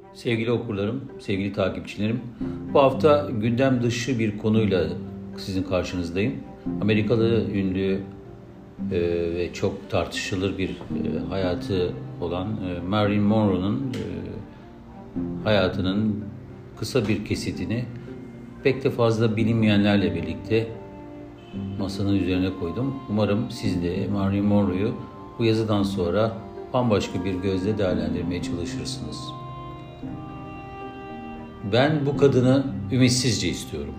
Sevgili okurlarım, sevgili takipçilerim, bu hafta gündem dışı bir konuyla sizin karşınızdayım. Amerikalı ünlü ve çok tartışılır bir hayatı olan Marilyn Monroe'nun hayatının kısa bir kesitini pek de fazla bilinmeyenlerle birlikte masanın üzerine koydum. Umarım siz de Marilyn Monroe'yu bu yazıdan sonra bambaşka bir gözle değerlendirmeye çalışırsınız. Ben bu kadını ümitsizce istiyorum.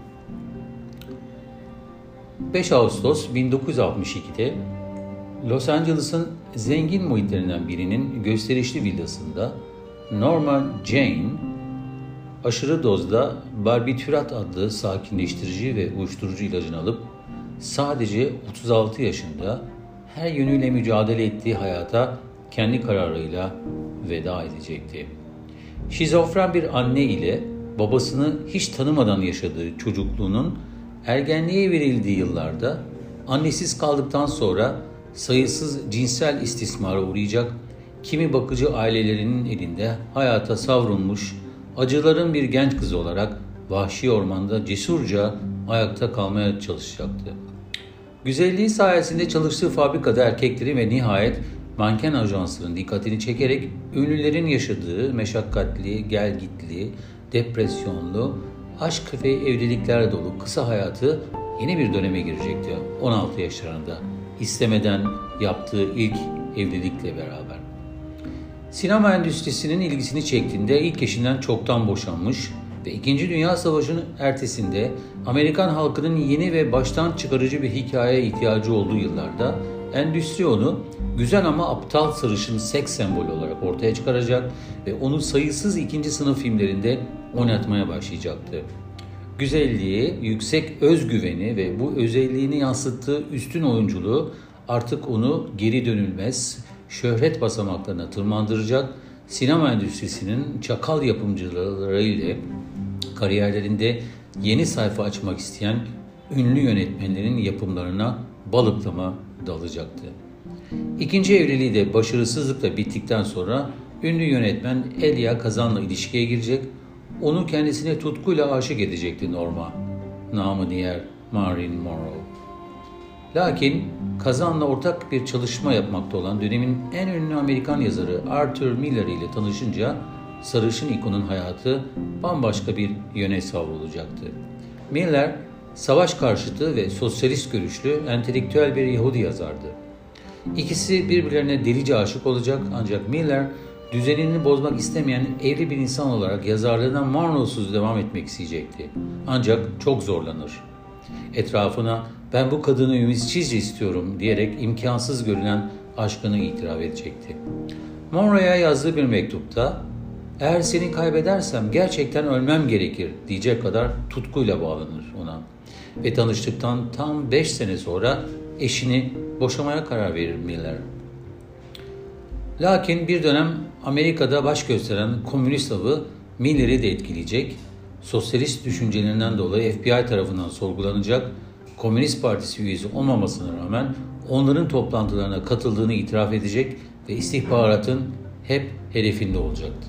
5 Ağustos 1962'de Los Angeles'ın zengin muhitlerinden birinin gösterişli villasında Norma Jane aşırı dozda barbiturat adlı sakinleştirici ve uyuşturucu ilacını alıp sadece 36 yaşında her yönüyle mücadele ettiği hayata kendi kararıyla veda edecekti. Şizofren bir anne ile babasını hiç tanımadan yaşadığı çocukluğunun ergenliğe verildiği yıllarda annesiz kaldıktan sonra sayısız cinsel istismara uğrayacak, kimi bakıcı ailelerinin elinde hayata savrulmuş, acıların bir genç kızı olarak vahşi ormanda cesurca ayakta kalmaya çalışacaktı. Güzelliği sayesinde çalıştığı fabrikada erkekleri ve nihayet manken ajansının dikkatini çekerek ünlülerin yaşadığı meşakkatli, gelgitli, depresyonlu, aşk ve evliliklerle dolu kısa hayatı yeni bir döneme girecekti 16 yaşlarında. İstemeden yaptığı ilk evlilikle beraber. Sinema endüstrisinin ilgisini çektiğinde ilk eşinden çoktan boşanmış ve 2. Dünya Savaşı'nın ertesinde Amerikan halkının yeni ve baştan çıkarıcı bir hikayeye ihtiyacı olduğu yıllarda endüstri onu güzel ama aptal sarışın seks sembolü olarak ortaya çıkaracak ve onu sayısız ikinci sınıf filmlerinde oynatmaya başlayacaktı. Güzelliği, yüksek özgüveni ve bu özelliğini yansıttığı üstün oyunculuğu artık onu geri dönülmez şöhret basamaklarına tırmandıracak, sinema endüstrisinin çakal yapımcılarıyla kariyerlerinde yeni sayfa açmak isteyen ünlü yönetmenlerin yapımlarına balıklama dalacaktı. İkinci evliliği de başarısızlıkla bittikten sonra ünlü yönetmen Elia Kazan'la ilişkiye girecek, onu kendisine tutkuyla aşık edecekti Norma, namı diğer Marilyn Monroe. Lakin Kazan'la ortak bir çalışma yapmakta olan dönemin en ünlü Amerikan yazarı Arthur Miller ile tanışınca sarışın ikonun hayatı bambaşka bir yöne savrulacaktı. Miller, savaş karşıtı ve sosyalist görüşlü entelektüel bir Yahudi yazardı. İkisi birbirlerine delice aşık olacak ancak Miller düzenini bozmak istemeyen evli bir insan olarak yazarlığına Monroe'suz devam etmek isteyecekti. Ancak çok zorlanır. Etrafına ben bu kadını ümitsizce istiyorum diyerek imkansız görünen aşkını itiraf edecekti. Monroe'ya yazdığı bir mektupta eğer seni kaybedersem gerçekten ölmem gerekir diyecek kadar tutkuyla bağlanır ona. Ve tanıştıktan tam 5 sene sonra eşini boşamaya karar verir Miller. Lakin bir dönem Amerika'da baş gösteren komünist avı Miller'i de etkileyecek, sosyalist düşüncelerinden dolayı FBI tarafından sorgulanacak, Komünist Partisi üyesi olmamasına rağmen onların toplantılarına katıldığını itiraf edecek ve istihbaratın hep hedefinde olacaktı.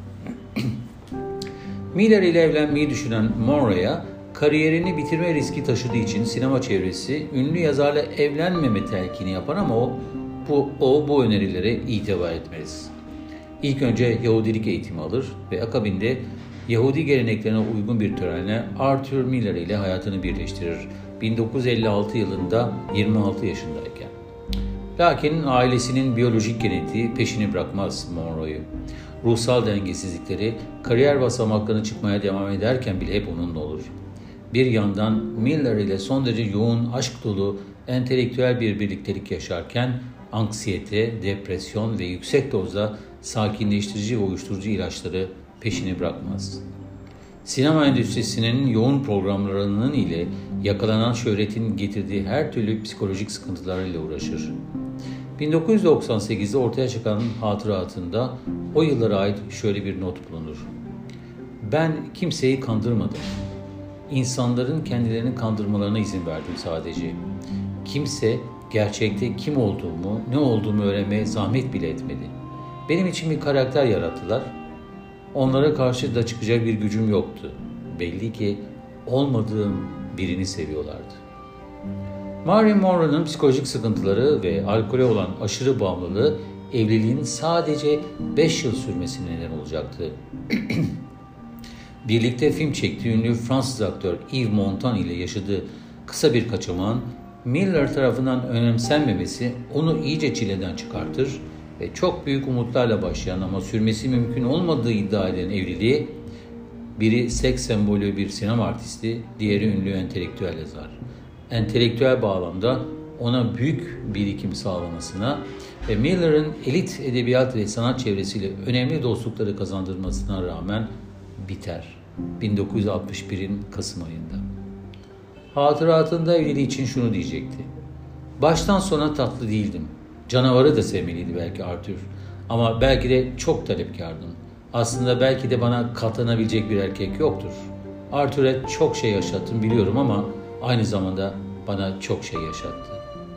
Miller ile evlenmeyi düşünen Monroe'ya kariyerini bitirme riski taşıdığı için sinema çevresi ünlü yazarla evlenmeme telkini yapar ama bu önerilere itibar etmez. İlk önce Yahudilik eğitimi alır ve akabinde Yahudi geleneklerine uygun bir törenle Arthur Miller ile hayatını birleştirir. 1956 yılında 26 yaşındayken. Lakin ailesinin biyolojik genetiği peşini bırakmaz Monroe'yu. Ruhsal dengesizlikleri kariyer basamaklarına çıkmaya devam ederken bile hep onunla olur. Bir yandan Miller ile son derece yoğun, aşk dolu, entelektüel bir birliktelik yaşarken anksiyete, depresyon ve yüksek dozda sakinleştirici ve uyuşturucu ilaçları peşini bırakmaz. Sinema endüstrisinin yoğun programlarının ile yakalanan şöhretin getirdiği her türlü psikolojik sıkıntılarıyla uğraşır. 1998'de ortaya çıkan hatıratında o yıllara ait şöyle bir not bulunur. Ben kimseyi kandırmadım. İnsanların kendilerini kandırmalarına izin verdim sadece. Kimse gerçekte kim olduğumu, ne olduğumu öğrenmeye zahmet bile etmedi. Benim için bir karakter yarattılar onlara karşı da çıkacak bir gücüm yoktu. Belli ki olmadığım birini seviyorlardı. Marilyn Monroe'nun psikolojik sıkıntıları ve alkole olan aşırı bağımlılığı evliliğin sadece 5 yıl sürmesine neden olacaktı. Birlikte film çektiği ünlü Fransız aktör Yves Montand ile yaşadığı kısa bir kaçamağın Miller tarafından önemsenmemesi onu iyice çileden çıkartır ve çok büyük umutlarla başlayan ama sürmesi mümkün olmadığı iddia edilen evliliği, biri seks sembolü bir sinema artisti, diğeri ünlü entelektüel yazar. Entelektüel bağlamda ona büyük birikim sağlamasına ve Miller'ın elit edebiyat ve sanat çevresiyle önemli dostlukları kazandırmasına rağmen biter 1961'in Kasım ayında. Hatıratında evliliği için şunu diyecekti: "Baştan sona tatlı değildim. Canavarı da sevmeliydi belki Arthur. Ama belki de çok talepkardım. Aslında belki de bana katlanabilecek bir erkek yoktur. Arthur'a çok şey yaşattım biliyorum ama aynı zamanda bana çok şey yaşattı."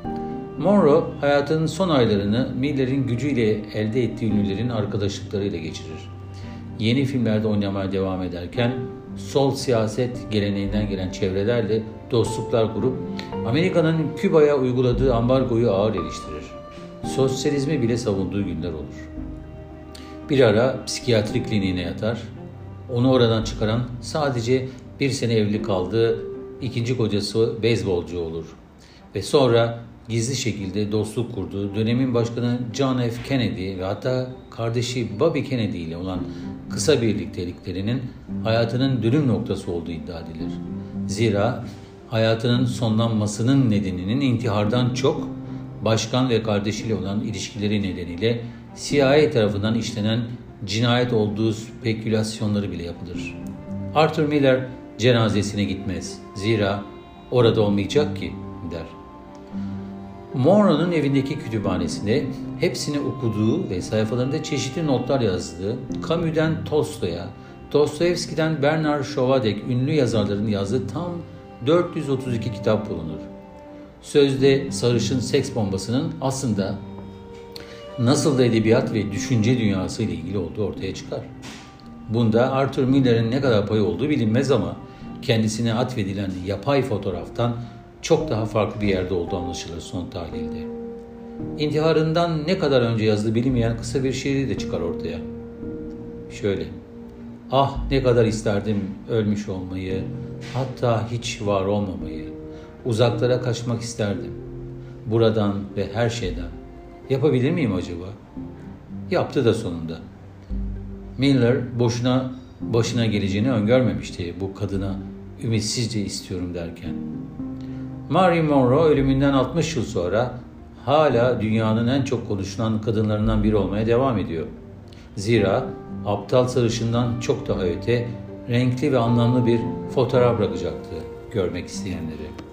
Monroe hayatının son aylarını Miller'in gücüyle elde ettiği ünlülerin arkadaşlıklarıyla geçirir. Yeni filmlerde oynamaya devam ederken sol siyaset geleneğinden gelen çevrelerle dostluklar kurup Amerika'nın Küba'ya uyguladığı ambargoyu ağır eleştirir. Sosyalizmi bile savunduğu günler olur. Bir ara psikiyatri kliniğine yatar. Onu oradan çıkaran sadece bir sene evli kaldığı ikinci kocası beyzbolcu olur. Ve sonra gizli şekilde dostluk kurduğu dönemin başkanı John F. Kennedy ve hatta kardeşi Bobby Kennedy ile olan kısa birlikteliklerinin hayatının dönüm noktası olduğu iddia edilir. Zira hayatının sonlanmasının nedeninin intihardan çok başkan ve kardeşiyle olan ilişkileri nedeniyle CIA tarafından işlenen cinayet olduğu spekülasyonları bile yapılır. Arthur Miller cenazesine gitmez. Zira orada olmayacak ki der. Monroe'nun evindeki kütüphanesinde hepsini okuduğu ve sayfalarında çeşitli notlar yazdığı Camus'den Tolstoy'a, Dostoyevski'den Bernard Shaw'a dek ünlü yazarların yazdığı tam 432 kitap bulunur. Sözde sarışın seks bombasının aslında nasıl da edebiyat ve düşünce dünyası ile ilgili olduğu ortaya çıkar. Bunda Arthur Miller'in ne kadar payı olduğu bilinmez ama kendisine atfedilen yapay fotoğraftan çok daha farklı bir yerde olduğu anlaşılır son tahlilde. İntiharından ne kadar önce yazdığı bilinmeyen kısa bir şiiri de çıkar ortaya. Şöyle: "Ah ne kadar isterdim ölmüş olmayı, hatta hiç var olmamayı. Uzaklara kaçmak isterdim. Buradan ve her şeyden. Yapabilir miyim acaba?" Yaptı da sonunda. Miller boşuna başına geleceğini öngörmemişti bu kadına ümitsizce istiyorum derken. Marilyn Monroe ölümünden 60 yıl sonra hala dünyanın en çok konuşulan kadınlarından biri olmaya devam ediyor. Zira aptal sarışından çok daha öte, renkli ve anlamlı bir fotoğraf bırakacaktı görmek isteyenleri.